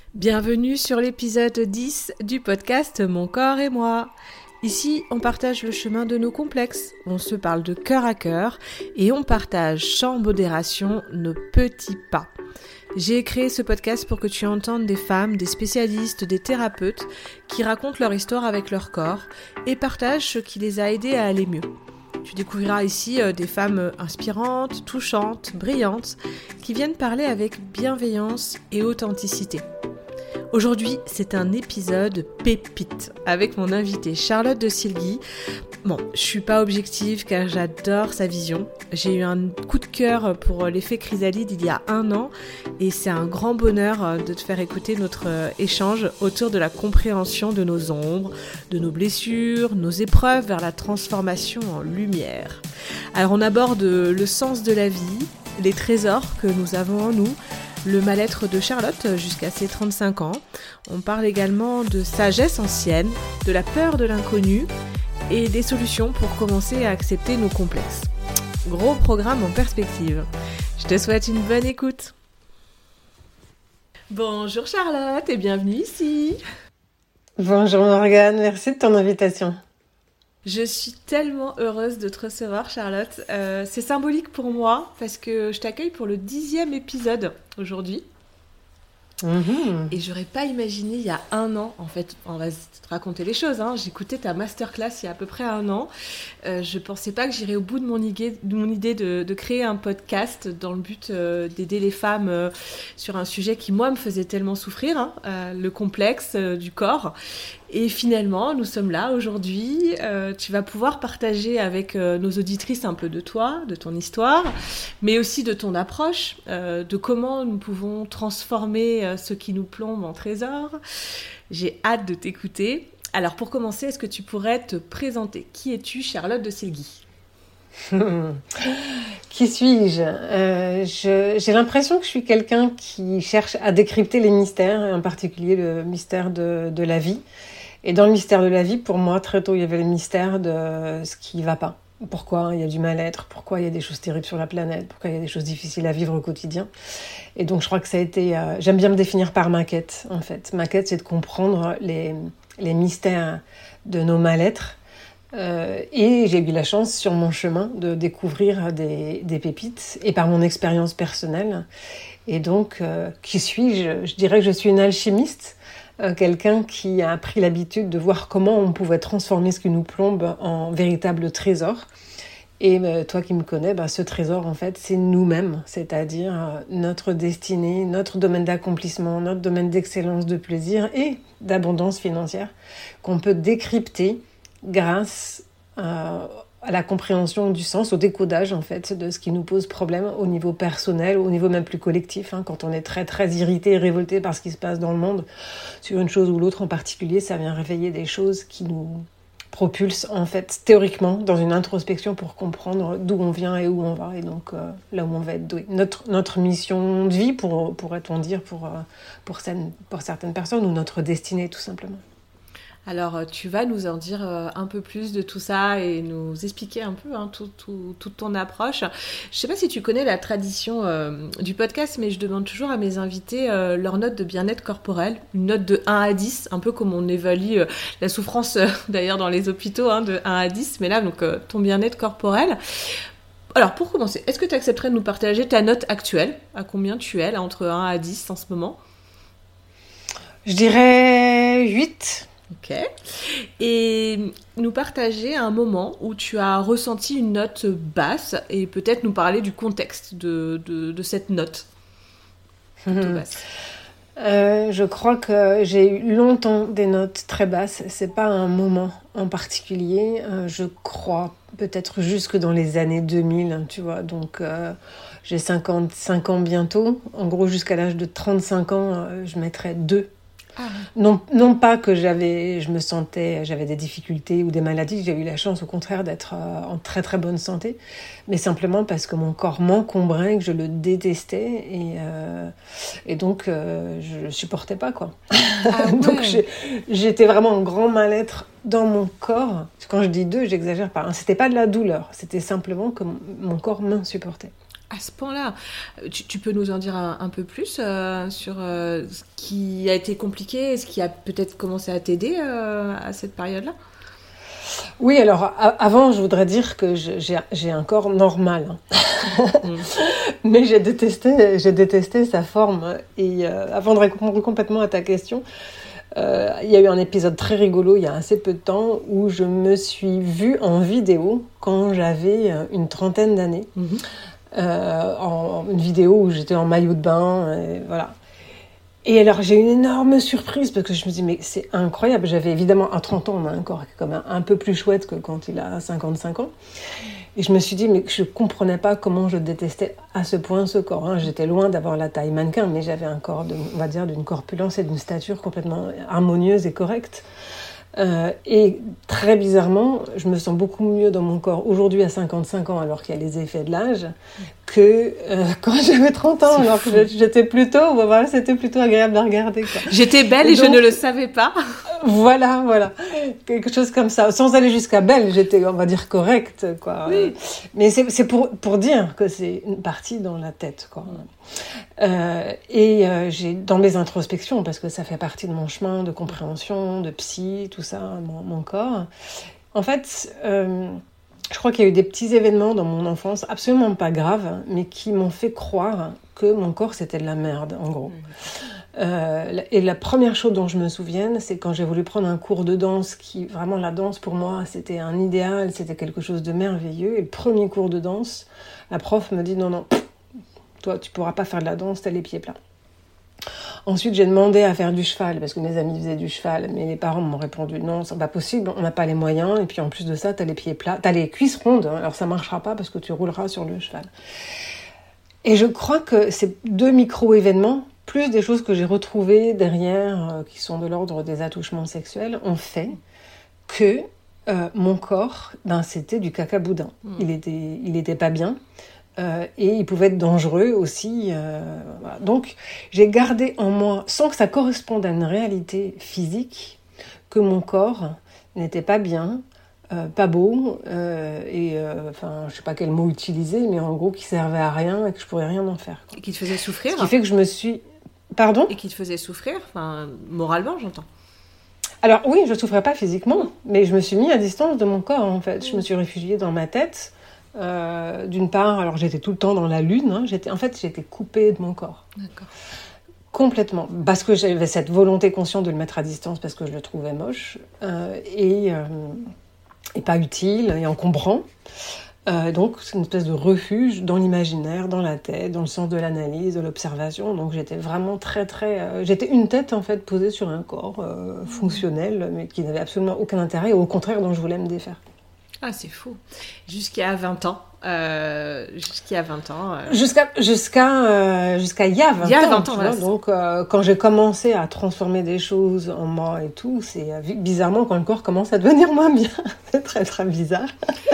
Bienvenue sur l'épisode 10 du podcast Mon corps et moi. Ici, on partage le chemin de nos complexes, on se parle de cœur à cœur et on partage sans modération nos petits pas. J'ai créé ce podcast pour que tu entendes des femmes, des spécialistes, des thérapeutes qui racontent leur histoire avec leur corps et partagent ce qui les a aidés à aller mieux. Tu découvriras ici des femmes inspirantes, touchantes, brillantes, qui viennent parler avec bienveillance et authenticité. Aujourd'hui, c'est un épisode pépite avec mon invitée Charlotte de Silgui. Bon, je suis pas objective car j'adore sa vision. J'ai eu un coup de cœur pour l'effet chrysalide il y a 1 an et c'est un grand bonheur de te faire écouter notre échange autour de la compréhension de nos ombres, de nos blessures, nos épreuves vers la transformation en lumière. Alors on aborde le sens de la vie, les trésors que nous avons en nous, le mal-être de Charlotte jusqu'à ses 35 ans. On parle également de sagesse ancienne, de la peur de l'inconnu et des solutions pour commencer à accepter nos complexes. Gros programme en perspective. Je te souhaite une bonne écoute. Bonjour Charlotte et bienvenue ici. Bonjour Morgane, merci de ton invitation. Je suis tellement heureuse de te recevoir Charlotte. C'est symbolique pour moi parce que je t'accueille pour le 10e épisode aujourd'hui. Et j'aurais pas imaginé il y a 1 an, en fait, on va te raconter les choses, hein. J'écoutais ta masterclass il y a à peu près 1 an. Je pensais pas que j'irais au bout de mon idée de créer un podcast dans le but d'aider les femmes sur un sujet qui, moi, me faisait tellement souffrir, hein, le complexe du corps. Et finalement, nous sommes là aujourd'hui. Tu vas pouvoir partager avec nos auditrices un peu de toi, de ton histoire, mais aussi de ton approche, de comment nous pouvons transformer ce qui nous plombe en trésor. J'ai hâte de t'écouter. Alors pour commencer, est-ce que tu pourrais te présenter ? Qui es-tu, Charlotte de Silgui ? Qui suis-je ? J'ai l'impression que je suis quelqu'un qui cherche à décrypter les mystères, et en particulier le mystère de la vie. Et dans le mystère de la vie, pour moi, très tôt, il y avait le mystère de ce qui ne va pas. Pourquoi il y a du mal-être, pourquoi il y a des choses terribles sur la planète, pourquoi il y a des choses difficiles à vivre au quotidien. Et donc, je crois que ça a été... j'aime bien me définir par ma quête, en fait. Ma quête, c'est de comprendre les mystères de nos mal-être. Et j'ai eu la chance, sur mon chemin, de découvrir des pépites, et par mon expérience personnelle. Et donc, qui suis-je ? Je dirais que je suis une alchimiste, quelqu'un qui a pris l'habitude de voir comment on pouvait transformer ce qui nous plombe en véritable trésor. Et toi qui me connais, ce trésor, en fait, c'est nous-mêmes, c'est-à-dire notre destinée, notre domaine d'accomplissement, notre domaine d'excellence, de plaisir et d'abondance financière qu'on peut décrypter grâce à la compréhension du sens, au décodage en fait de ce qui nous pose problème au niveau personnel, au niveau même plus collectif, hein, quand on est très très irrité et révolté par ce qui se passe dans le monde, sur une chose ou l'autre en particulier, ça vient réveiller des choses qui nous propulsent en fait théoriquement dans une introspection pour comprendre d'où on vient et où on va, et donc là où on va être doué. Notre mission de vie, pourrait-on dire pour certaines personnes, ou notre destinée tout simplement. Alors, tu vas nous en dire un peu plus de tout ça et nous expliquer un peu toute ton approche. Je ne sais pas si tu connais la tradition du podcast, mais je demande toujours à mes invités leur note de bien-être corporel, une note de 1 à 10, un peu comme on évalue la souffrance d'ailleurs dans les hôpitaux, hein, de 1 à 10, mais là, donc ton bien-être corporel. Alors, pour commencer, est-ce que tu accepterais de nous partager ta note actuelle ? À combien tu es, là, entre 1 à 10 en ce moment ? Je dirais 8. Ok. Et nous partager un moment où tu as ressenti une note basse et peut-être nous parler du contexte de cette note basse. Je crois que j'ai eu longtemps des notes très basses. C'est pas un moment en particulier. Je crois peut-être jusque dans les années 2000, tu vois. Donc j'ai 55 ans bientôt. En gros, jusqu'à l'âge de 35 ans, je mettrais 2. Non pas que j'avais des difficultés ou des maladies, j'ai eu la chance au contraire d'être en très très bonne santé, mais simplement parce que mon corps m'encombrait, que je le détestais et donc je supportais pas quoi. Ah ouais. Donc j'étais vraiment en grand mal-être dans mon corps. Quand je dis 2, j'exagère pas, hein. C'était pas de la douleur, c'était simplement que mon corps m'insupportait. À ce point-là, tu peux nous en dire un peu plus sur ce qui a été compliqué et ce qui a peut-être commencé à t'aider à cette période-là? Oui, alors avant, je voudrais dire que j'ai un corps normal. Mais j'ai détesté sa forme. Et avant de répondre complètement à ta question, il y a eu un épisode très rigolo il y a assez peu de temps où je me suis vue en vidéo quand j'avais une trentaine d'années. Une vidéo où j'étais en maillot de bain, et voilà. Et alors j'ai eu une énorme surprise parce que je me dis mais c'est incroyable. J'avais évidemment à 30 ans, on a un corps qui est quand même un peu plus chouette que quand il a 55 ans. Et je me suis dit mais je comprenais pas comment je détestais à ce point ce corps. Hein. J'étais loin d'avoir la taille mannequin, mais j'avais un corps, on va dire, d'une corpulence et d'une stature complètement harmonieuse et correcte. Et très bizarrement, je me sens beaucoup mieux dans mon corps aujourd'hui à 55 ans, alors qu'il y a les effets de l'âge, que quand j'avais 30 ans, alors que j'étais plutôt, voilà, c'était plutôt agréable à regarder, quoi. J'étais belle et donc, je ne le savais pas. Voilà, quelque chose comme ça. Sans aller jusqu'à belle, j'étais, on va dire, correcte, quoi. Oui. Mais c'est pour dire que c'est une partie dans la tête, quoi. J'ai dans mes introspections, parce que ça fait partie de mon chemin de compréhension, de psy, tout ça, mon corps. En fait, je crois qu'il y a eu des petits événements dans mon enfance, absolument pas graves, mais qui m'ont fait croire que mon corps c'était de la merde, en gros. Et la première chose dont je me souvienne, c'est quand j'ai voulu prendre un cours de danse, qui vraiment la danse pour moi c'était un idéal, c'était quelque chose de merveilleux. Et le premier cours de danse, la prof me dit non, toi tu pourras pas faire de la danse, t'as les pieds plats. Ensuite, j'ai demandé à faire du cheval, parce que mes amis faisaient du cheval, mais les parents m'ont répondu non, c'est pas possible, on n'a pas les moyens, et puis en plus de ça, t'as les pieds plats, t'as les cuisses rondes, hein, alors ça marchera pas parce que tu rouleras sur le cheval. Et je crois que ces deux micro-événements, plus des choses que j'ai retrouvées derrière, qui sont de l'ordre des attouchements sexuels, ont fait que mon corps, c'était du caca boudin. Il était pas bien. Et il pouvait être dangereux aussi. Voilà. Donc, j'ai gardé en moi, sans que ça corresponde à une réalité physique, que mon corps n'était pas bien, pas beau, je sais pas quel mot utiliser, mais en gros, qui servait à rien et que je pourrais rien en faire. Et qui te faisait souffrir. Ce qui fait que je me suis... Pardon ? Et qui te faisait souffrir, moralement, j'entends. Alors oui, je souffrais pas physiquement, mais je me suis mis à distance de mon corps, en fait. Je me suis réfugiée dans ma tête. D'une part, alors j'étais tout le temps dans la lune, hein, j'étais coupée de mon corps. D'accord. Complètement, parce que j'avais cette volonté consciente de le mettre à distance parce que je le trouvais moche et pas utile et encombrant. Donc c'est une espèce de refuge dans l'imaginaire, dans la tête, dans le sens de l'analyse, de l'observation. Donc j'étais vraiment j'étais une tête en fait posée sur un corps fonctionnel, mais qui n'avait absolument aucun intérêt, et au contraire dont je voulais me défaire. Ah, c'est fou. Jusqu'à 20 ans. Jusqu'à il y a 20 ans. Il y a 20 ans, voilà. Donc, quand j'ai commencé à transformer des choses en moi et tout, c'est bizarrement quand le corps commence à devenir moins bien. C'est très, très bizarre.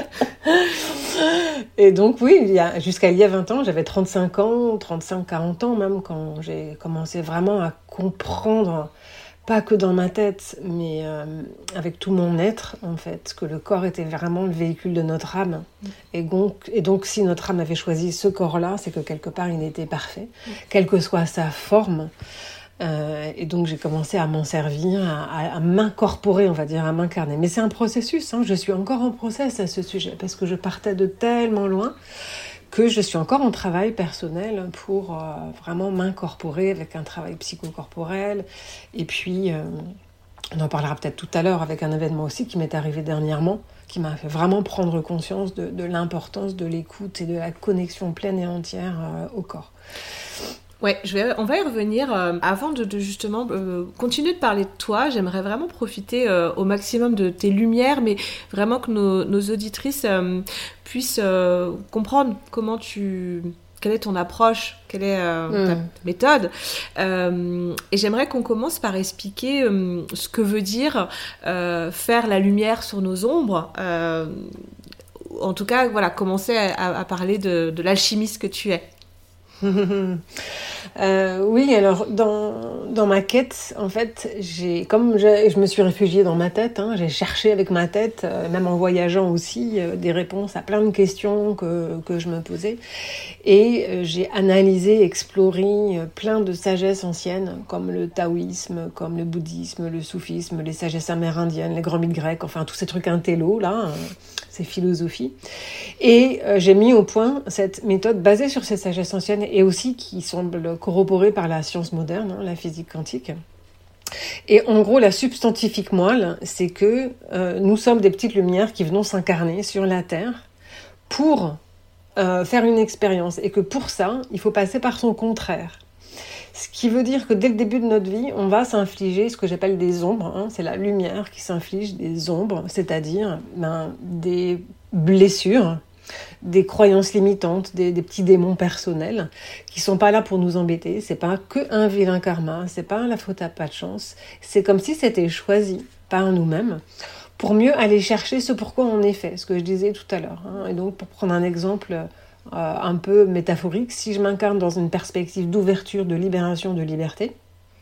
Et donc, oui, jusqu'à il y a 20 ans, j'avais 35 ans, 40 ans même, quand j'ai commencé vraiment à comprendre, pas que dans ma tête, mais avec tout mon être, en fait, que le corps était vraiment le véhicule de notre âme. Et donc, si notre âme avait choisi ce corps-là, c'est que quelque part, il était parfait, quelle que soit sa forme. Et donc, j'ai commencé à m'en servir, à m'incorporer, on va dire, à m'incarner. Mais c'est un processus, hein, je suis encore en process à ce sujet, parce que je partais de tellement loin que je suis encore en travail personnel pour vraiment m'incorporer avec un travail psychocorporel. Et puis, on en parlera peut-être tout à l'heure avec un événement aussi qui m'est arrivé dernièrement, qui m'a fait vraiment prendre conscience de l'importance de l'écoute et de la connexion pleine et entière au corps. Ouais, on va y revenir. Avant de justement continuer de parler de toi, j'aimerais vraiment profiter au maximum de tes lumières, mais vraiment que nos auditrices puissent comprendre quelle est ton approche, quelle est ta méthode. Et j'aimerais qu'on commence par expliquer ce que veut dire faire la lumière sur nos ombres. En tout cas, voilà, commencer à parler de l'alchimiste que tu es. Oui, alors dans ma quête, en fait, je me suis réfugiée dans ma tête, hein, j'ai cherché avec ma tête, même en voyageant aussi, des réponses à plein de questions que je me posais. Et j'ai analysé, exploré plein de sagesses anciennes, comme le taoïsme, comme le bouddhisme, le soufisme, les sagesses amérindiennes, les grands mythes grecs, enfin tous ces trucs intello, là, ces philosophies. Et j'ai mis au point cette méthode basée sur ces sagesses anciennes et aussi qui semble corroborée par la science moderne, hein, la physique quantique. Et en gros, la substantifique moelle, c'est que nous sommes des petites lumières qui venons s'incarner sur la Terre pour faire une expérience. Et que pour ça, il faut passer par son contraire. Ce qui veut dire que dès le début de notre vie, on va s'infliger ce que j'appelle des ombres. Hein, c'est la lumière qui s'inflige des ombres, c'est-à-dire des blessures, des croyances limitantes, des petits démons personnels qui sont pas là pour nous embêter. C'est pas que un vilain karma, c'est pas la faute à pas de chance. C'est comme si c'était choisi par nous-mêmes pour mieux aller chercher ce pourquoi on est fait, ce que je disais tout à l'heure. Hein. Et donc, pour prendre un exemple un peu métaphorique, si je m'incarne dans une perspective d'ouverture, de libération, de liberté,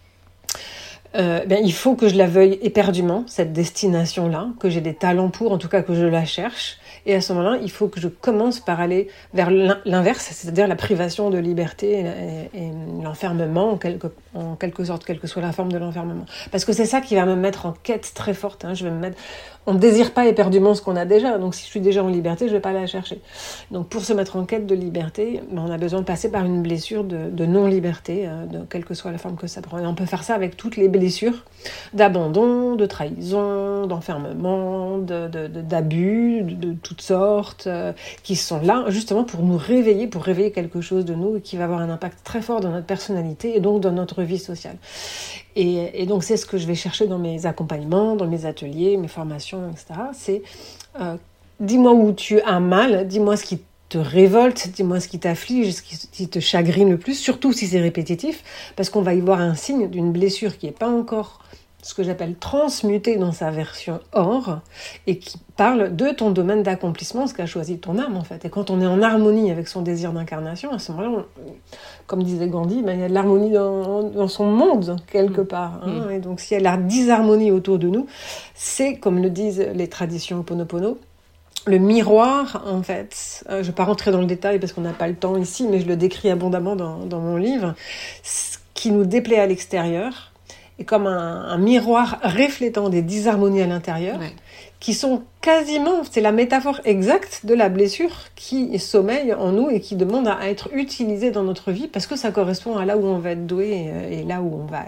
il faut que je la veuille éperdument, cette destination-là, que j'ai des talents pour, en tout cas que je la cherche. Et à ce moment-là, il faut que je commence par aller vers l'inverse, c'est-à-dire la privation de liberté et l'enfermement, en quelque sorte, quelle que soit la forme de l'enfermement. Parce que c'est ça qui va me mettre en quête très forte. Hein. On ne désire pas éperdument ce qu'on a déjà, donc si je suis déjà en liberté, je ne vais pas la chercher. Donc pour se mettre en quête de liberté, on a besoin de passer par une blessure de non-liberté, de quelle que soit la forme que ça prend. Et on peut faire ça avec toutes les blessures d'abandon, de trahison, d'enfermement, d'abus, de toutes sortes, qui sont là justement pour nous réveiller, pour réveiller quelque chose de nous et qui va avoir un impact très fort dans notre personnalité et donc dans notre vie sociale. Et donc c'est ce que je vais chercher dans mes accompagnements, dans mes ateliers, mes formations, etc. C'est dis-moi où tu as mal, dis-moi ce qui te révolte, dis-moi ce qui t'afflige, ce qui te chagrine le plus, surtout si c'est répétitif, parce qu'on va y voir un signe d'une blessure qui n'est pas encore ce que j'appelle transmutée dans sa version or, et qui parle de ton domaine d'accomplissement, ce qu'a choisi ton âme en fait. Et quand on est en harmonie avec son désir d'incarnation, à ce moment-là, comme disait Gandhi, il y a de l'harmonie dans son monde, quelque part. Hein. Et donc s'il y a la disharmonie autour de nous, c'est, comme le disent les traditions Ho'oponopono, le miroir, en fait, je ne vais pas rentrer dans le détail parce qu'on n'a pas le temps ici, mais je le décris abondamment dans mon livre, ce qui nous déplaît à l'extérieur, et comme un miroir reflétant des disharmonies à l'intérieur, qui sont quasiment, c'est la métaphore exacte de la blessure qui sommeille en nous et qui demande à être utilisée dans notre vie parce que ça correspond à là où on va être doué et là où on va...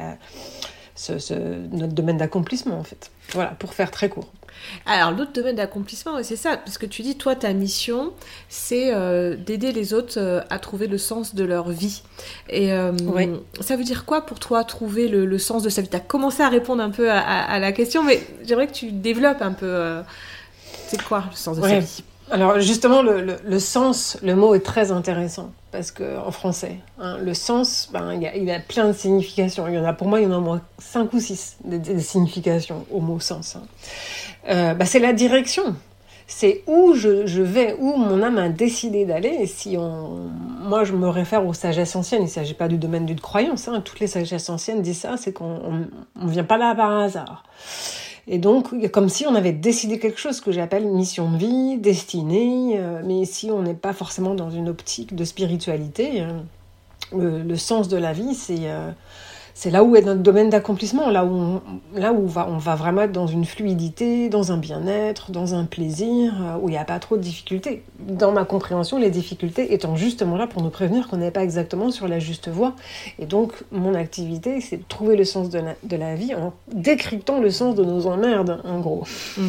notre domaine d'accomplissement, en fait. Voilà, pour faire très court. Alors, l'autre domaine d'accomplissement, c'est ça, parce que tu dis, toi, ta mission, c'est d'aider les autres à trouver le sens de leur vie. Et ça veut dire quoi pour toi, trouver le sens de sa vie ? Tu as commencé à répondre un peu à la question, mais j'aimerais que tu développes un peu. C'est quoi le sens de sa vie ? Alors justement, le sens, le mot est très intéressant parce que en français, hein, le sens, il a plein de significations. Pour moi, il y en a au moins 5 ou 6 des significations au mot sens. Hein. C'est la direction. C'est où je vais, où mon âme a décidé d'aller. Et moi, je me réfère aux sagesses anciennes. Il ne s'agit pas du domaine d'une croyance. Hein. Toutes les sagesses anciennes disent ça, c'est qu'on ne vient pas là par hasard. Et donc, comme si on avait décidé quelque chose que j'appelle mission de vie, destinée, mais si on n'est pas forcément dans une optique de spiritualité, le sens de la vie, c'est là où est notre domaine d'accomplissement, là où on va vraiment être dans une fluidité, dans un bien-être, dans un plaisir, où il n'y a pas trop de difficultés. Dans ma compréhension, les difficultés étant justement là pour nous prévenir qu'on n'est pas exactement sur la juste voie. Et donc, mon activité, c'est de trouver le sens de la vie en décryptant le sens de nos emmerdes, en gros.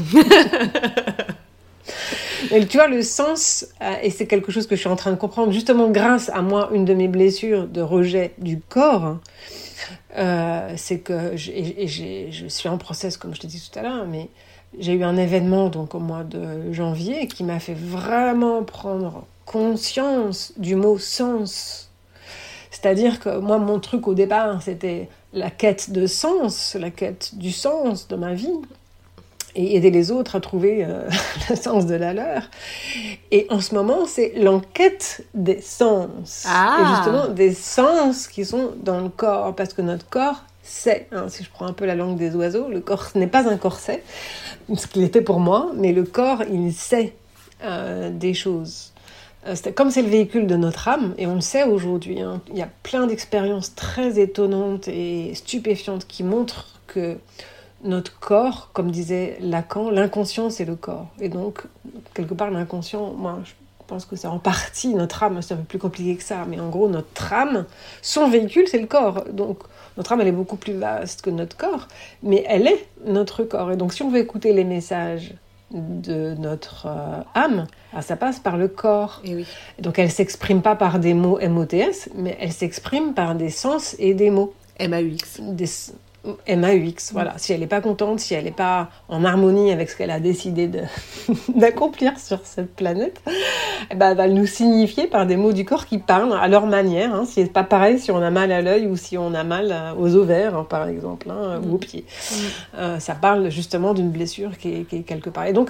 Et tu vois, le sens, et c'est quelque chose que je suis en train de comprendre, justement grâce à moi, une de mes blessures de rejet du corps, c'est que je suis en process, comme je te dis tout à l'heure, mais j'ai eu un événement donc au mois de janvier qui m'a fait vraiment prendre conscience du mot sens. C'est-à-dire que moi, mon truc au départ, c'était la quête de sens, la quête du sens de ma vie. et aider les autres à trouver le sens de la leur. Et en ce moment, c'est l'enquête des sens. Ah. Et justement, des sens qui sont dans le corps. Parce que notre corps sait, hein, si je prends un peu la langue des oiseaux, le corps ce n'est pas un corset, ce qu'il était pour moi, mais le corps, il sait des choses. Comme c'est le véhicule de notre âme, et on le sait aujourd'hui, hein, il y a plein d'expériences très étonnantes et stupéfiantes qui montrent que notre corps, comme disait Lacan, l'inconscient c'est le corps. Et donc, quelque part, l'inconscient, moi je pense que c'est en partie notre âme, c'est un peu plus compliqué que ça, mais en gros, notre âme, son véhicule c'est le corps. Donc, notre âme elle est beaucoup plus vaste que notre corps, mais elle est notre corps. Et donc, si on veut écouter les messages de notre âme, ça passe par le corps. Et oui. Et donc, elle ne s'exprime pas par des mots MOTS, mais elle s'exprime par des sens et des mots. MAUX. MAUX, voilà. Si elle n'est pas contente, si elle n'est pas en harmonie avec ce qu'elle a décidé d'accomplir sur cette planète, elle va nous signifier par des mots du corps qui parlent à leur manière. Hein. C'est pas pareil si on a mal à l'œil ou si on a mal aux ovaires, hein, par exemple, hein, ou aux pieds. Ça parle justement d'une blessure qui est quelque part. Et donc,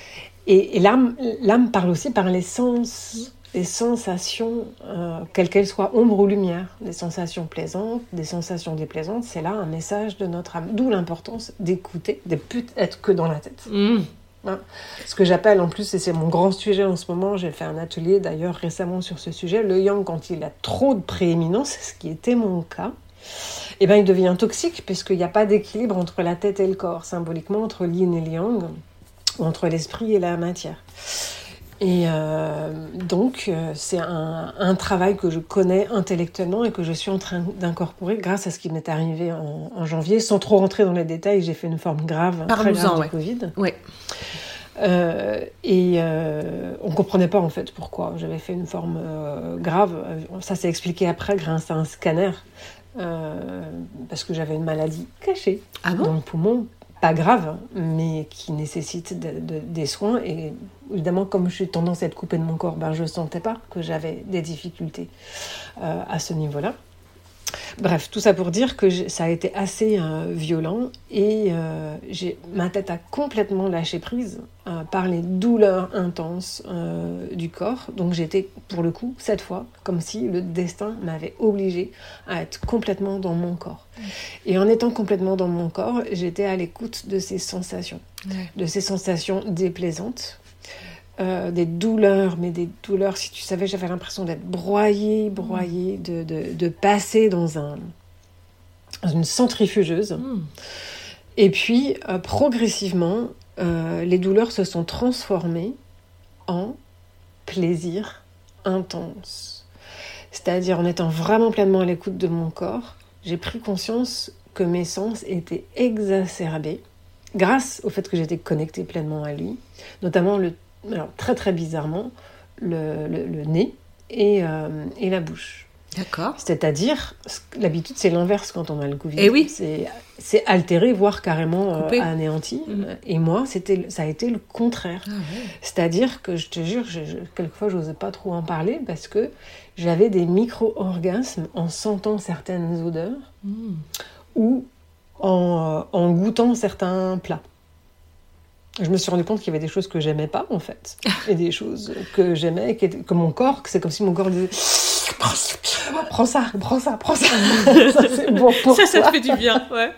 l'âme parle aussi par les sens. Des sensations, quelles qu'elles soient, ombre ou lumière, des sensations plaisantes, des sensations déplaisantes, c'est là un message de notre âme. D'où l'importance d'écouter, de ne plus être que dans la tête. Hein. Ce que j'appelle en plus, et c'est mon grand sujet en ce moment, j'ai fait un atelier d'ailleurs récemment sur ce sujet, le yang quand il a trop de prééminence, ce qui était mon cas, eh ben, il devient toxique puisqu'il n'y a pas d'équilibre entre la tête et le corps, symboliquement entre l'yin et le yang, ou entre l'esprit et la matière. Et donc, c'est un travail que je connais intellectuellement et que je suis en train d'incorporer grâce à ce qui m'est arrivé en janvier. Sans trop rentrer dans les détails, j'ai fait une forme grave, très grave du Covid. Ouais. On ne comprenait pas en fait pourquoi j'avais fait une forme grave. Ça s'est expliqué après grâce à un scanner parce que j'avais une maladie cachée dans le poumon. Pas grave, mais qui nécessite des soins. Et évidemment, comme j'ai tendance à être coupée de mon corps, je ne sentais pas que j'avais des difficultés à ce niveau-là. Bref, tout ça pour dire que ça a été assez violent et ma tête a complètement lâché prise par les douleurs intenses du corps. Donc j'étais, pour le coup, cette fois, comme si le destin m'avait obligée à être complètement dans mon corps. Et en étant complètement dans mon corps, j'étais à l'écoute de ces sensations, de ces sensations déplaisantes. Des douleurs, mais des douleurs, si tu savais, j'avais l'impression d'être broyée, de passer dans une centrifugeuse. Et puis, progressivement, les douleurs se sont transformées en plaisir intense. C'est-à-dire, en étant vraiment pleinement à l'écoute de mon corps, j'ai pris conscience que mes sens étaient exacerbés grâce au fait que j'étais connectée pleinement à lui, notamment alors, très très bizarrement, le nez et la bouche. D'accord. C'est-à-dire, l'habitude c'est l'inverse quand on a le Covid. Et oui. C'est altéré, voire carrément anéanti. Et moi, ça a été le contraire. Ah ouais. C'est-à-dire que je te jure, quelquefois je n'osais pas trop en parler parce que j'avais des micro-orgasmes en sentant certaines odeurs ou en goûtant certains plats. Je me suis rendu compte qu'il y avait des choses que j'aimais pas, en fait. Et des choses que j'aimais, que mon corps, c'est comme si mon corps disait « Prends ça. Ça, c'est bon pour toi. » Ça te fait du bien, ouais.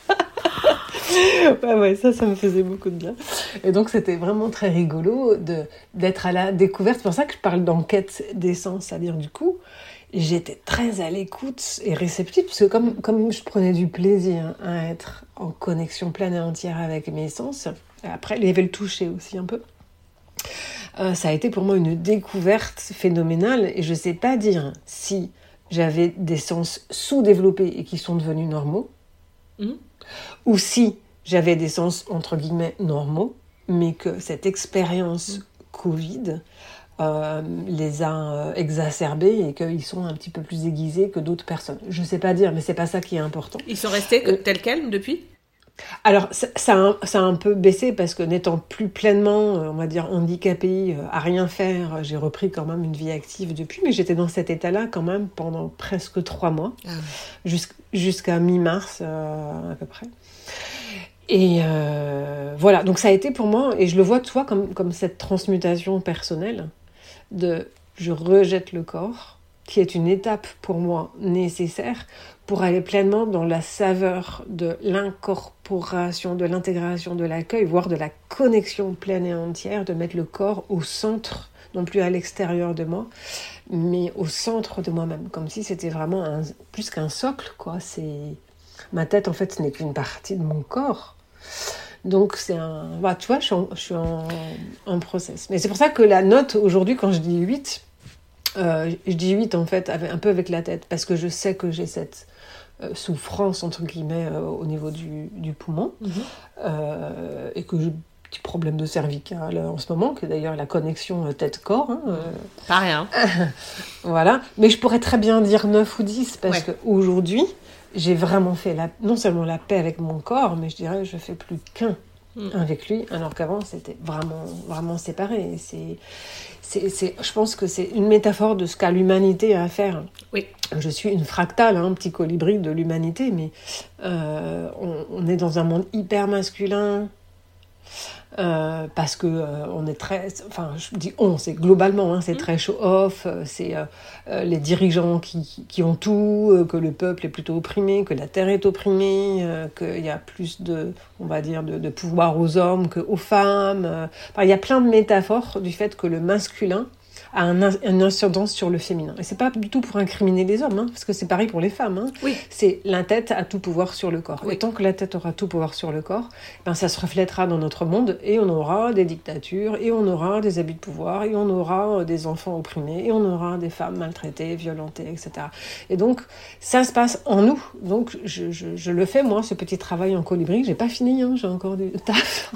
Ouais, ça me faisait beaucoup de bien. Et donc, c'était vraiment très rigolo d'être à la découverte. C'est pour ça que je parle d'enquête des sens. C'est-à-dire, du coup, j'étais très à l'écoute et réceptive, parce que comme je prenais du plaisir à être en connexion pleine et entière avec mes sens, après, il y avait le toucher aussi un peu. Ça a été pour moi une découverte phénoménale et je ne sais pas dire si j'avais des sens sous-développés et qui sont devenus normaux, ou si j'avais des sens entre guillemets normaux, mais que cette expérience Covid les a exacerbés et qu'ils sont un petit peu plus aiguisés que d'autres personnes. Je ne sais pas dire, mais c'est pas ça qui est important. Ils sont restés tels quels depuis ? Alors, ça a un peu baissé parce que n'étant plus pleinement, on va dire, handicapée, à rien faire, j'ai repris quand même une vie active depuis, mais j'étais dans cet état-là quand même pendant presque 3 mois, jusqu'à mi-mars à peu près. Et voilà, donc ça a été pour moi, et je le vois, tu vois, comme cette transmutation personnelle de je rejette le corps, qui est une étape pour moi nécessaire pour aller pleinement dans la saveur de l'incorporation, de l'intégration, de l'accueil, voire de la connexion pleine et entière, de mettre le corps au centre, non plus à l'extérieur de moi, mais au centre de moi-même, comme si c'était vraiment plus qu'un socle, quoi. Ma tête, en fait, ce n'est qu'une partie de mon corps. Donc, tu vois, je suis en process. Mais c'est pour ça que la note, aujourd'hui, quand je dis 8, je dis 8, en fait, un peu avec la tête, parce que je sais que j'ai cette souffrance, entre guillemets, au niveau du poumon, et que j'ai un petit problème de cervical en ce moment, que d'ailleurs la connexion tête-corps. Pas rien. Voilà. Mais je pourrais très bien dire 9 ou 10, parce qu'aujourd'hui, j'ai vraiment fait non seulement la paix avec mon corps, mais je dirais je fais plus qu'un avec lui, alors qu'avant c'était vraiment, vraiment séparé. Je pense que c'est une métaphore de ce qu'a l'humanité à faire. Oui. Je suis une fractale, un petit colibri de l'humanité, mais on est dans un monde hyper masculin. Parce que on est très, enfin je dis c'est globalement, c'est très show-off, c'est les dirigeants qui ont tout, que le peuple est plutôt opprimé, que la terre est opprimée, qu'il y a plus on va dire de pouvoir aux hommes qu'aux femmes. Il y a plein de métaphores du fait que le masculin a une incidence sur le féminin. Et c'est pas du tout pour incriminer les hommes, parce que c'est pareil pour les femmes. Oui. C'est la tête a tout pouvoir sur le corps. Oui. Et tant que la tête aura tout pouvoir sur le corps, ça se reflètera dans notre monde et on aura des dictatures, et on aura des abus de pouvoir, et on aura des enfants opprimés, et on aura des femmes maltraitées, violentées, etc. Et donc, ça se passe en nous. Donc, je le fais, moi, ce petit travail en colibri. J'ai pas fini, j'ai encore du taf.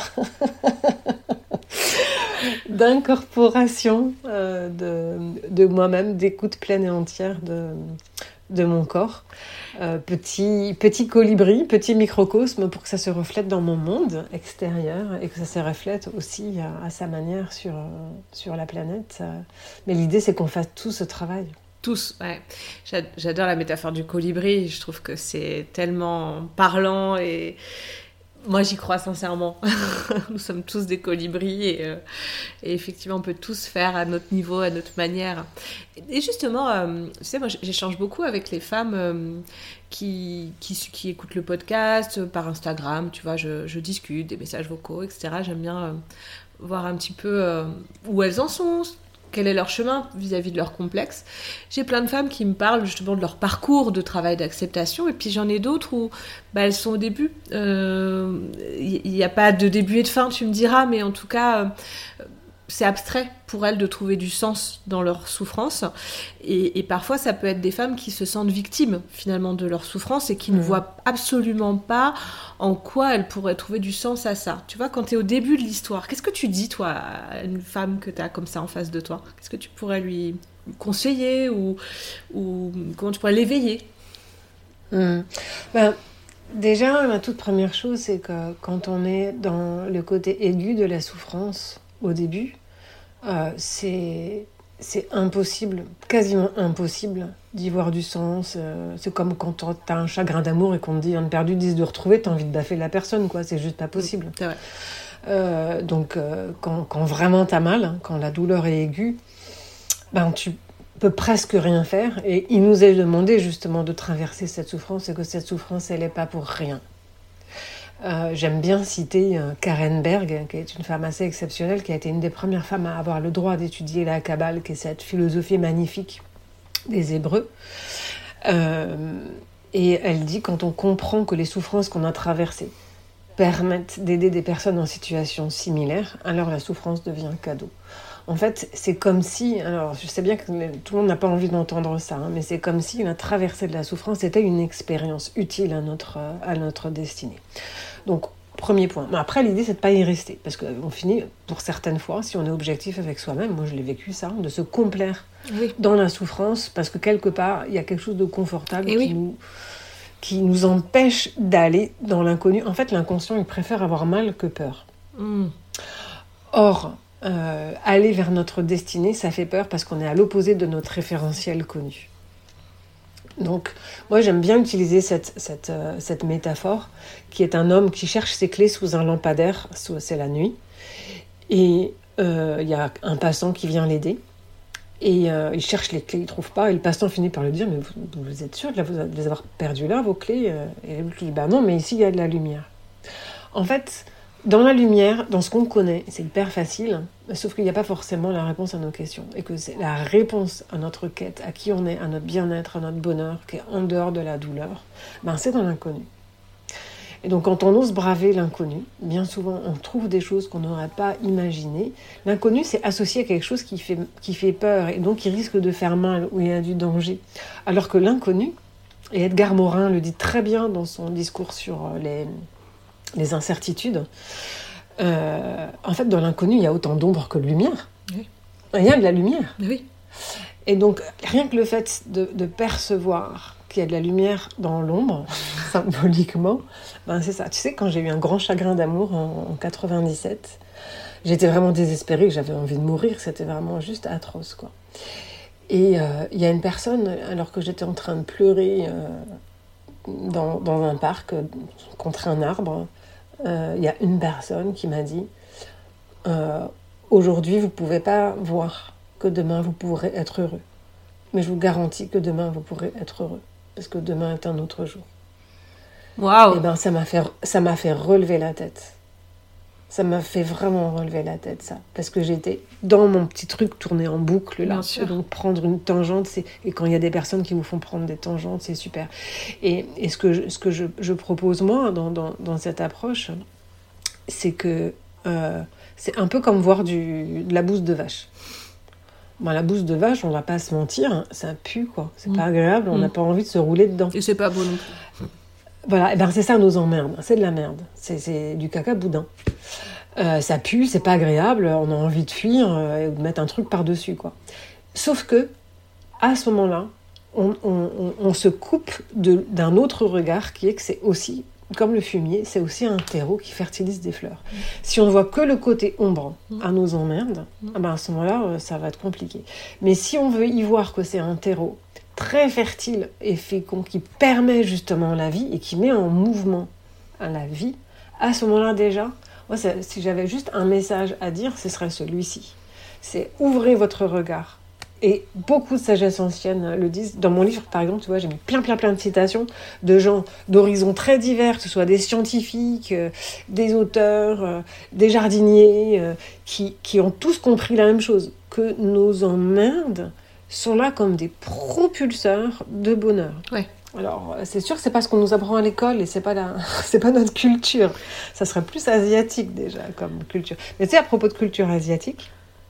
D'incorporation de moi-même, d'écoute pleine et entière de mon corps. Petit colibri, petit microcosme pour que ça se reflète dans mon monde extérieur et que ça se reflète aussi à sa manière sur la planète. Mais l'idée, c'est qu'on fasse tout ce travail. Tous, ouais. J'adore la métaphore du colibri. Je trouve que c'est tellement parlant et... Moi, j'y crois sincèrement. Nous sommes tous des colibris et effectivement, on peut tous faire à notre niveau, à notre manière. Et justement, tu sais, moi, j'échange beaucoup avec les femmes qui écoutent le podcast par Instagram. Tu vois, je discute, des messages vocaux, etc. J'aime bien voir un petit peu où elles en sont, quel est leur chemin vis-à-vis de leur complexe. J'ai plein de femmes qui me parlent justement de leur parcours de travail d'acceptation, et puis j'en ai d'autres où elles sont au début. Il n'y a pas de début et de fin, tu me diras, mais en tout cas, c'est abstrait pour elles de trouver du sens dans leur souffrance. Et parfois, ça peut être des femmes qui se sentent victimes finalement de leur souffrance et qui ne voient absolument pas en quoi elles pourraient trouver du sens à ça. Tu vois, quand tu es au début de l'histoire, qu'est-ce que tu dis, toi, à une femme que tu as comme ça en face de toi ? Qu'est-ce que tu pourrais lui conseiller ou comment tu pourrais l'éveiller ? Déjà, la toute première chose, c'est que quand on est dans le côté aigu de la souffrance, au début, c'est impossible, quasiment impossible d'y voir du sens. C'est comme quand t'as un chagrin d'amour et qu'on te dit « on a perdu 10 de retrouver », t'as envie de baffer la personne, quoi. C'est juste pas possible. C'est vrai. Donc, quand vraiment t'as mal, quand la douleur est aiguë, tu peux presque rien faire. Et il nous est demandé justement de traverser cette souffrance et que cette souffrance, elle n'est pas pour rien. J'aime bien citer Karen Berg, qui est une femme assez exceptionnelle, qui a été une des premières femmes à avoir le droit d'étudier la Kabbale, qui est cette philosophie magnifique des Hébreux. Et elle dit, quand on comprend que les souffrances qu'on a traversées permettent d'aider des personnes en situation similaire, alors la souffrance devient cadeau. En fait, c'est comme si, alors je sais bien que tout le monde n'a pas envie d'entendre ça, mais c'est comme si la traversée de la souffrance était une expérience utile à notre destinée. Donc, premier point. Mais après, l'idée, c'est de ne pas y rester, parce qu'on finit, pour certaines fois, si on est objectif avec soi-même, moi je l'ai vécu ça, de se complaire dans la souffrance, parce que quelque part, il y a quelque chose de confortable qui nous empêche d'aller dans l'inconnu. En fait, l'inconscient, il préfère avoir mal que peur. Or, aller vers notre destinée, ça fait peur parce qu'on est à l'opposé de notre référentiel connu. Donc, moi, j'aime bien utiliser cette métaphore, qui est un homme qui cherche ses clés sous un lampadaire, c'est la nuit, et il y a un passant qui vient l'aider, et il cherche les clés, il ne trouve pas, et le passant finit par lui dire, mais vous êtes sûr de les avoir perdues là, vos clés? Et lui dit, bah non, mais ici, il y a de la lumière. En fait, dans la lumière, dans ce qu'on connaît, c'est hyper facile, sauf qu'il n'y a pas forcément la réponse à nos questions. Et que c'est la réponse à notre quête, à qui on est, à notre bien-être, à notre bonheur, qui est en dehors de la douleur, c'est dans l'inconnu. Et donc quand on ose braver l'inconnu, bien souvent on trouve des choses qu'on n'aurait pas imaginées. L'inconnu, c'est associé à quelque chose qui fait peur et donc qui risque de faire mal, où il y a du danger. Alors que l'inconnu, et Edgar Morin le dit très bien dans son discours sur les incertitudes, en fait, dans l'inconnu, il y a autant d'ombre que de lumière. Oui. Il y a de la lumière. Oui. Et donc, rien que le fait de percevoir qu'il y a de la lumière dans l'ombre, symboliquement, c'est ça. Tu sais, quand j'ai eu un grand chagrin d'amour en 97, j'étais vraiment désespérée, j'avais envie de mourir, c'était vraiment juste atroce, quoi. Et il y a une personne, alors que j'étais en train de pleurer dans un parc, contre un arbre, il y a une personne qui m'a dit aujourd'hui vous pouvez pas voir que demain vous pourrez être heureux, mais je vous garantis que demain vous pourrez être heureux parce que demain est un autre jour. Waouh. Et ça m'a fait relever la tête. Ça m'a fait vraiment relever la tête, ça, parce que j'étais dans mon petit truc tourné en boucle là. Et donc prendre une tangente, et quand il y a des personnes qui vous font prendre des tangentes, c'est super. Et ce que je propose moi dans cette approche, c'est que c'est un peu comme voir de la bouse de vache. La bouse de vache, on va pas se mentir, ça pue, quoi. C'est pas agréable, on n'a pas envie de se rouler dedans. Et c'est pas beau non plus. Voilà, et c'est ça nos emmerdes, c'est de la merde, c'est du caca boudin. Ça pue, c'est pas agréable, on a envie de fuir et de mettre un truc par-dessus, quoi. Sauf que, à ce moment-là, on se coupe d'un autre regard qui est que c'est aussi, comme le fumier, c'est aussi un terreau qui fertilise des fleurs. Si on ne voit que le côté ombre à nos emmerdes, à ce moment-là, ça va être compliqué. Mais si on veut y voir que c'est un terreau très fertile et fécond, qui permet justement la vie et qui met en mouvement la vie, à ce moment-là déjà, moi, si j'avais juste un message à dire, ce serait celui-ci. C'est ouvrez votre regard. Et beaucoup de sagesses anciennes le disent. Dans mon livre, par exemple, tu vois, j'ai mis plein de citations de gens d'horizons très divers, que ce soit des scientifiques, des auteurs, des jardiniers, qui ont tous compris la même chose, que nos emmerdes sont là comme des propulseurs de bonheur. Ouais. Alors, c'est sûr que c'est pas ce qu'on nous apprend à l'école et c'est pas notre culture. Ça serait plus asiatique déjà comme culture. Mais tu sais, à propos de culture asiatique,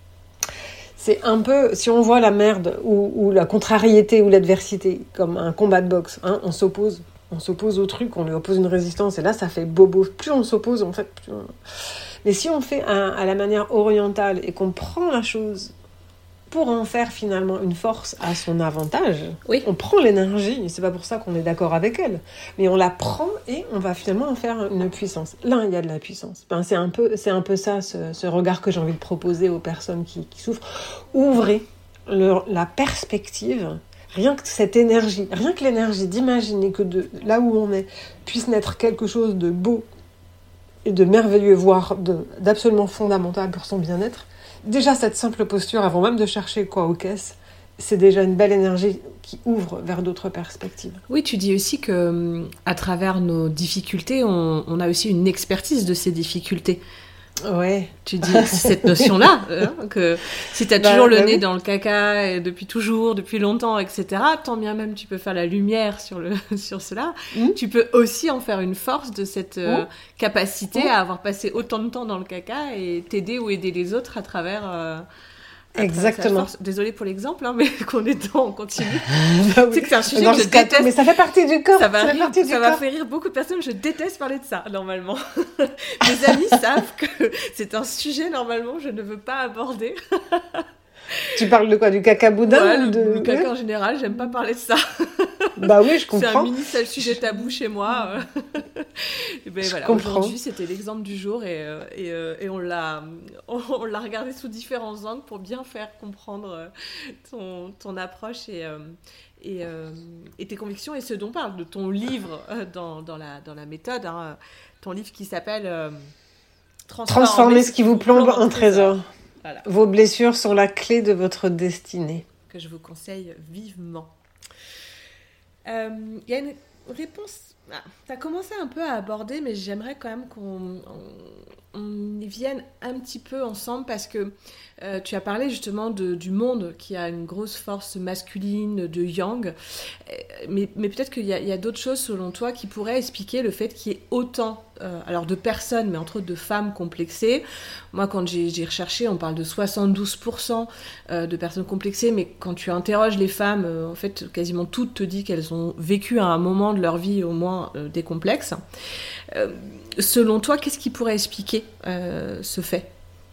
c'est un peu, si on voit la merde ou la contrariété ou l'adversité comme un combat de boxe, on s'oppose au truc, on lui oppose une résistance et là ça fait bobo. Plus on s'oppose, en fait, plus on... Mais si on fait à la manière orientale et qu'on prend la chose pour en faire finalement une force à son avantage, oui. On prend l'énergie, et c'est pas pour ça qu'on est d'accord avec elle, mais on la prend et on va finalement en faire une puissance. Là, il y a de la puissance. C'est un peu ça, ce regard que j'ai envie de proposer aux personnes qui souffrent. Ouvrez la perspective, rien que cette énergie, rien que l'énergie d'imaginer que de là où on est puisse naître quelque chose de beau et de merveilleux, voire d'absolument fondamental pour son bien-être. Déjà, cette simple posture, avant même de chercher quoi aux caisses, c'est déjà une belle énergie qui ouvre vers d'autres perspectives. Oui, tu dis aussi que à travers nos difficultés, on a aussi une expertise de ces difficultés. Ouais. Tu dis cette notion-là, que si tu as toujours le nez dans le caca et depuis toujours, depuis longtemps, etc., tant bien même tu peux faire la lumière sur cela, tu peux aussi en faire une force de cette capacité à avoir passé autant de temps dans le caca et t'aider ou aider les autres à travers... Exactement. Désolée pour l'exemple, mais qu'on est dedans, on continue. Bah oui. Tu sais que c'est un sujet que je déteste. Mais ça fait partie du corps. Ça va faire rire beaucoup de personnes. Je déteste parler de ça, normalement. Mes amis savent que c'est un sujet, normalement, je ne veux pas aborder. Tu parles de quoi? Du caca boudin? Le caca en général, j'aime pas parler de ça. Bah oui, je comprends. C'est un mini seul sujet tabou chez moi. voilà, aujourd'hui, c'était l'exemple du jour et on l'a regardé sous différents angles pour bien faire comprendre ton approche et tes convictions et ce dont parle de ton livre dans la méthode, hein, ton livre qui s'appelle Transformer ce qui vous plombe en trésor. Voilà. Vos blessures sont la clé de votre destinée. Que je vous conseille vivement. Il y a une réponse. Tu as commencé un peu à aborder, mais j'aimerais quand même qu'on y vienne un petit peu ensemble parce que tu as parlé justement du monde qui a une grosse force masculine, de yang, mais peut-être qu'il y a d'autres choses selon toi qui pourraient expliquer le fait qu'il y ait autant alors de personnes, mais entre autres de femmes complexées. Moi, quand j'ai recherché, on parle de 72% de personnes complexées, mais quand tu interroges les femmes, en fait, quasiment toutes te disent qu'elles ont vécu à un moment de leur vie au moins des complexes. Selon toi, qu'est-ce qui pourrait expliquer ce fait ?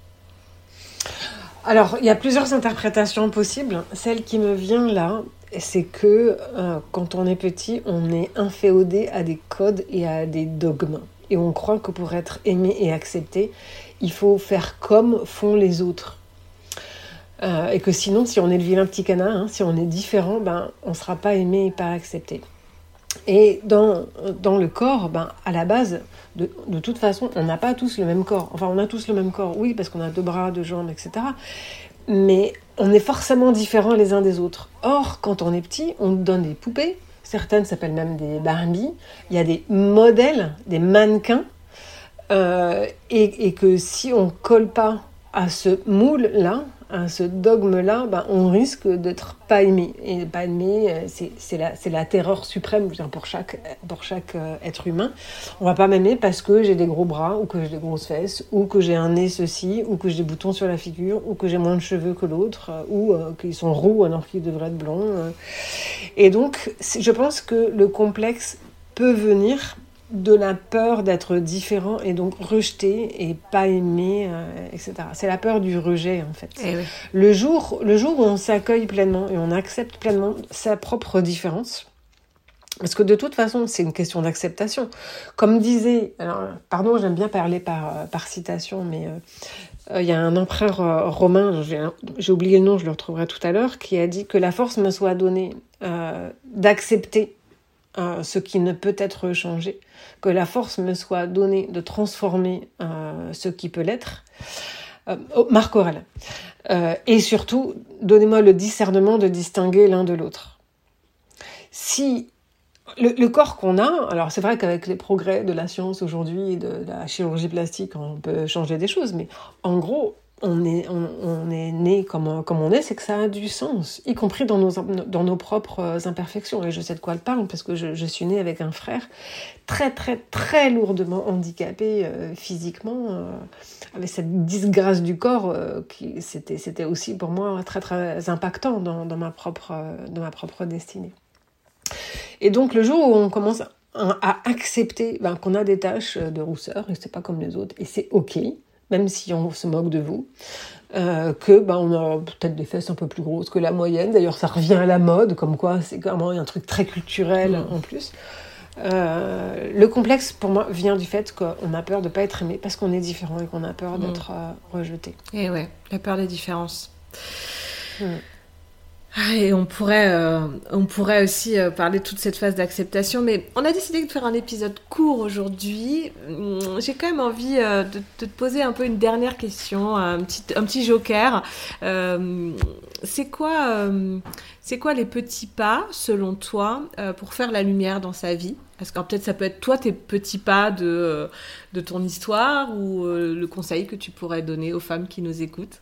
Alors, il y a plusieurs interprétations possibles. Celle qui me vient là, c'est que quand on est petit, on est inféodé à des codes et à des dogmes. Et on croit que pour être aimé et accepté, il faut faire comme font les autres. Et que sinon, si on est le vilain petit canard, si on est différent, on ne sera pas aimé et pas accepté. Et dans le corps, à la base, de toute façon, on n'a pas tous le même corps. Enfin, on a tous le même corps, oui, parce qu'on a 2 bras, 2 jambes, etc. Mais on est forcément différents les uns des autres. Or, quand on est petit, on nous donne des poupées. Certaines s'appellent même des Barbie. Il y a des modèles, des mannequins. Et que si on ne colle pas à ce moule-là, à ce dogme-là, on risque d'être pas aimé. Et pas aimé, c'est la terreur suprême pour chaque être humain. On va pas m'aimer parce que j'ai des gros bras, ou que j'ai des grosses fesses, ou que j'ai un nez ceci, ou que j'ai des boutons sur la figure, ou que j'ai moins de cheveux que l'autre, ou qu'ils sont roux alors qu'ils devraient être blonds. Et donc, je pense que le complexe peut venir de la peur d'être différent et donc rejeté et pas aimé, etc. C'est la peur du rejet, en fait. Eh oui. Le jour où on s'accueille pleinement et on accepte pleinement sa propre différence, parce que de toute façon, c'est une question d'acceptation. Comme disait, alors, pardon, j'aime bien parler par citation, mais il y a un empereur romain, j'ai oublié le nom, je le retrouverai tout à l'heure, qui a dit que la force me soit donnée d'accepter ce qui ne peut être changé, que la force me soit donnée de transformer ce qui peut l'être. Marc Aurèle. Et surtout, donnez-moi le discernement de distinguer l'un de l'autre. Si le corps qu'on a, alors c'est vrai qu'avec les progrès de la science aujourd'hui et de la chirurgie plastique, on peut changer des choses, mais en gros, on est né comme on est, c'est que ça a du sens, y compris dans nos propres imperfections. Et je sais de quoi elle parle, parce que je suis née avec un frère très, très, très lourdement handicapé physiquement, avec cette disgrâce du corps, qui c'était aussi pour moi très, très impactant dans ma propre destinée. Et donc, le jour où on commence à accepter qu'on a des taches de rousseur, et c'est pas comme les autres, et c'est OK, même si on se moque de vous, on a peut-être des fesses un peu plus grosses que la moyenne. D'ailleurs, ça revient à la mode, comme quoi c'est vraiment un truc très culturel en plus. Le complexe, pour moi, vient du fait qu'on a peur de ne pas être aimé parce qu'on est différent et qu'on a peur d'être rejeté. Et ouais, la peur des différences. Et on pourrait aussi parler de toute cette phase d'acceptation, mais on a décidé de faire un épisode court aujourd'hui. J'ai quand même envie de te poser un peu une dernière question, un petit joker. C'est quoi les petits pas, selon toi, pour faire la lumière dans sa vie ? Parce que peut-être ça peut être toi, tes petits pas de ton histoire, ou le conseil que tu pourrais donner aux femmes qui nous écoutent.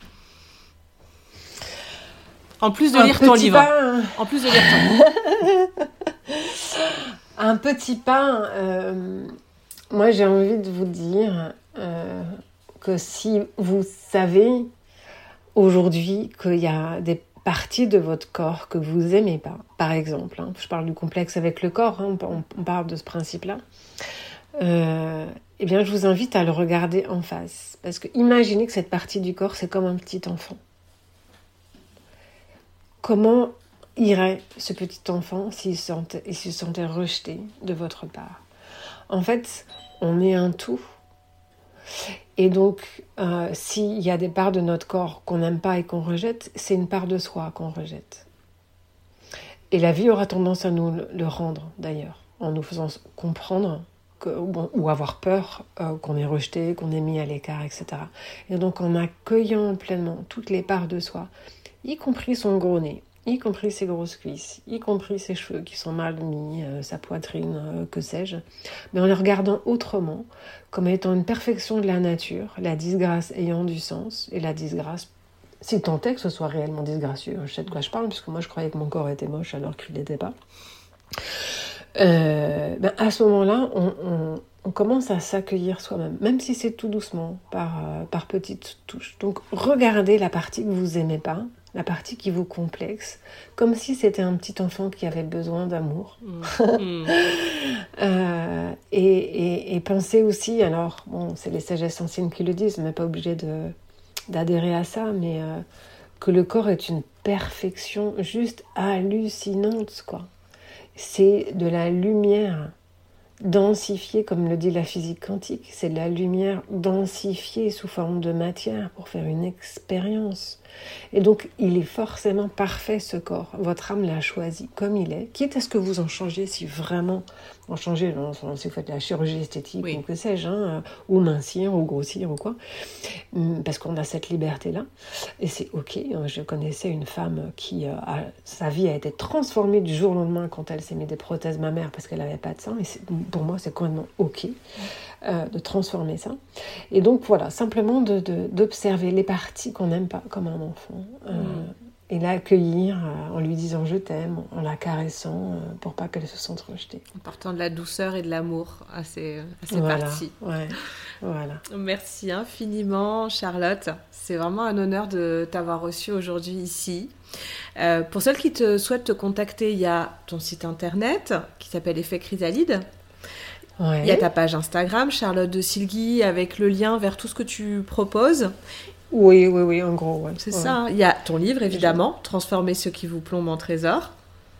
En plus de lire ton livre. En plus de lire ton livre. Un petit pas. Moi, j'ai envie de vous dire que si vous savez aujourd'hui qu'il y a des parties de votre corps que vous aimez pas, par exemple, je parle du complexe avec le corps, on parle de ce principe-là, eh bien, je vous invite à le regarder en face. Parce que imaginez que cette partie du corps, c'est comme un petit enfant. Comment irait ce petit enfant s'il se sentait rejeté de votre part ? En fait, on est un tout. Et donc, s'il y a des parts de notre corps qu'on n'aime pas et qu'on rejette, c'est une part de soi qu'on rejette. Et la vie aura tendance à nous le rendre, d'ailleurs, en nous faisant comprendre ou avoir peur qu'on est rejeté, qu'on est mis à l'écart, etc. Et donc, en accueillant pleinement toutes les parts de soi, y compris son gros nez, y compris ses grosses cuisses, y compris ses cheveux qui sont mal mis, sa poitrine, que sais-je, mais en les regardant autrement, comme étant une perfection de la nature, la disgrâce ayant du sens, et la disgrâce, si tant est que ce soit réellement disgracieux, je sais de quoi je parle, puisque moi je croyais que mon corps était moche alors qu'il n'était pas, à ce moment-là, on commence à s'accueillir soi-même, même si c'est tout doucement, par petites touches. Donc regardez la partie que vous aimez pas, la partie qui vous complexe, comme si c'était un petit enfant qui avait besoin d'amour. Et pensez aussi, alors, bon, c'est les sagesses anciennes qui le disent, on n'est pas obligé d'adhérer à ça, mais que le corps est une perfection juste hallucinante, quoi. C'est de la lumière densifiée, comme le dit la physique quantique, c'est de la lumière densifiée sous forme de matière pour faire une expérience. Et donc, il est forcément parfait, ce corps. Votre âme l'a choisi comme il est. Quitte à ce que vous en changiez, si vraiment en changez, si vous faites de la chirurgie esthétique, ou que sais-je, ou mincir, ou grossir, ou quoi, parce qu'on a cette liberté-là. Et c'est OK. Je connaissais une femme qui, sa vie a été transformée du jour au lendemain quand elle s'est mis des prothèses mammaires parce qu'elle n'avait pas de sein. Et pour moi, c'est complètement OK de transformer ça. Et donc, voilà, simplement d'observer les parties qu'on n'aime pas, comme un enfant. Et l'accueillir en lui disant je t'aime, en la caressant pour pas qu'elle se sente rejetée. En partant de la douceur et de l'amour à ces parties. Ouais, voilà. Merci infiniment Charlotte. C'est vraiment un honneur de t'avoir reçue aujourd'hui ici. Pour celles qui souhaitent te contacter, il y a ton site internet qui s'appelle Effet Chrysalide. Ouais. Il y a ta page Instagram, Charlotte de Silgui, avec le lien vers tout ce que tu proposes. Oui, en gros, ouais. C'est ça. Il y a ton livre, évidemment, Transformer ce qui vous plombe en trésor.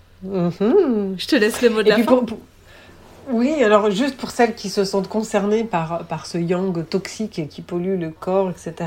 Je te laisse le mot de la fin. Oui, alors juste pour celles qui se sentent concernées par ce yang toxique qui pollue le corps, etc.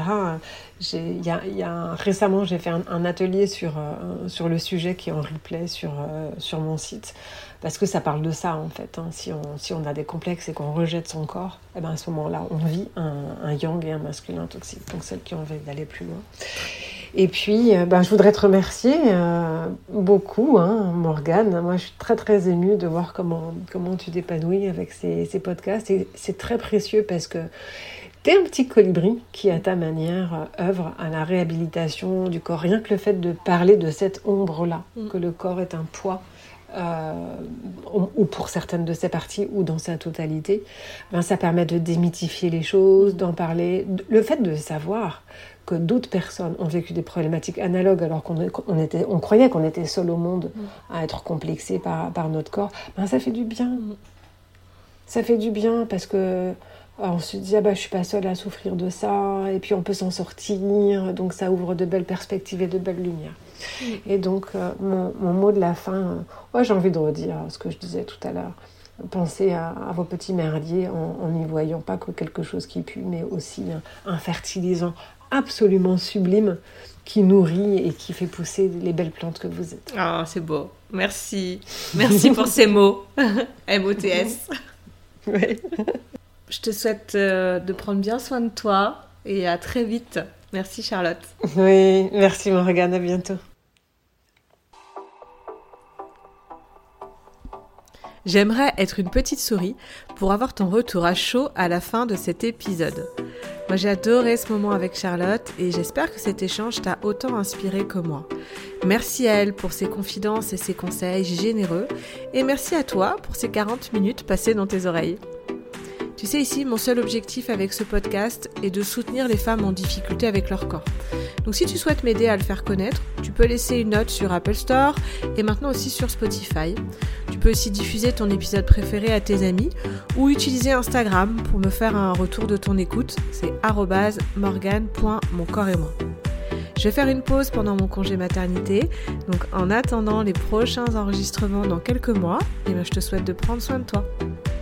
Récemment, j'ai fait un atelier sur le sujet qui est en replay sur mon site. Parce que ça parle de ça, en fait. Si on a des complexes et qu'on rejette son corps, à ce moment-là, on vit un yang et un masculin toxique. Donc, celles qui ont envie d'aller plus loin. Et puis, je voudrais te remercier beaucoup, Morgane. Moi, je suis très, très émue de voir comment tu t'épanouis avec ces podcasts. Et c'est très précieux parce que t'es un petit colibri qui, à ta manière, œuvre à la réhabilitation du corps. Rien que le fait de parler de cette ombre-là, que le corps est un poids, ou pour certaines de ses parties ou dans sa totalité, ça permet de démythifier les choses, d'en parler. Le fait de savoir que d'autres personnes ont vécu des problématiques analogues alors qu'on croyait qu'on était seul au monde à être complexé par notre corps, ça fait du bien. Ça fait du bien parce que on se dit je suis pas seule à souffrir de ça, et puis on peut s'en sortir, donc ça ouvre de belles perspectives et de belles lumières. Et donc mon mot de la fin, j'ai envie de redire ce que je disais tout à l'heure. Pensez à vos petits merdiers en n'y voyant pas que quelque chose qui pue, mais aussi un fertilisant absolument sublime qui nourrit et qui fait pousser les belles plantes que vous êtes. Ah, c'est beau. Merci. Merci pour ces mots. MOTS. Oui. Je te souhaite de prendre bien soin de toi et à très vite. Merci Charlotte. Oui, merci Morgane, à bientôt. J'aimerais être une petite souris pour avoir ton retour à chaud à la fin de cet épisode. Moi j'ai adoré ce moment avec Charlotte et j'espère que cet échange t'a autant inspiré que moi. Merci à elle pour ses confidences et ses conseils généreux et merci à toi pour ces 40 minutes passées dans tes oreilles. Tu sais, ici, mon seul objectif avec ce podcast est de soutenir les femmes en difficulté avec leur corps. Donc si tu souhaites m'aider à le faire connaître, tu peux laisser une note sur Apple Store et maintenant aussi sur Spotify. Tu peux aussi diffuser ton épisode préféré à tes amis ou utiliser Instagram pour me faire un retour de ton écoute. C'est @morgane.moncorpsetmoi. Je vais faire une pause pendant mon congé maternité, donc en attendant les prochains enregistrements dans quelques mois, je te souhaite de prendre soin de toi.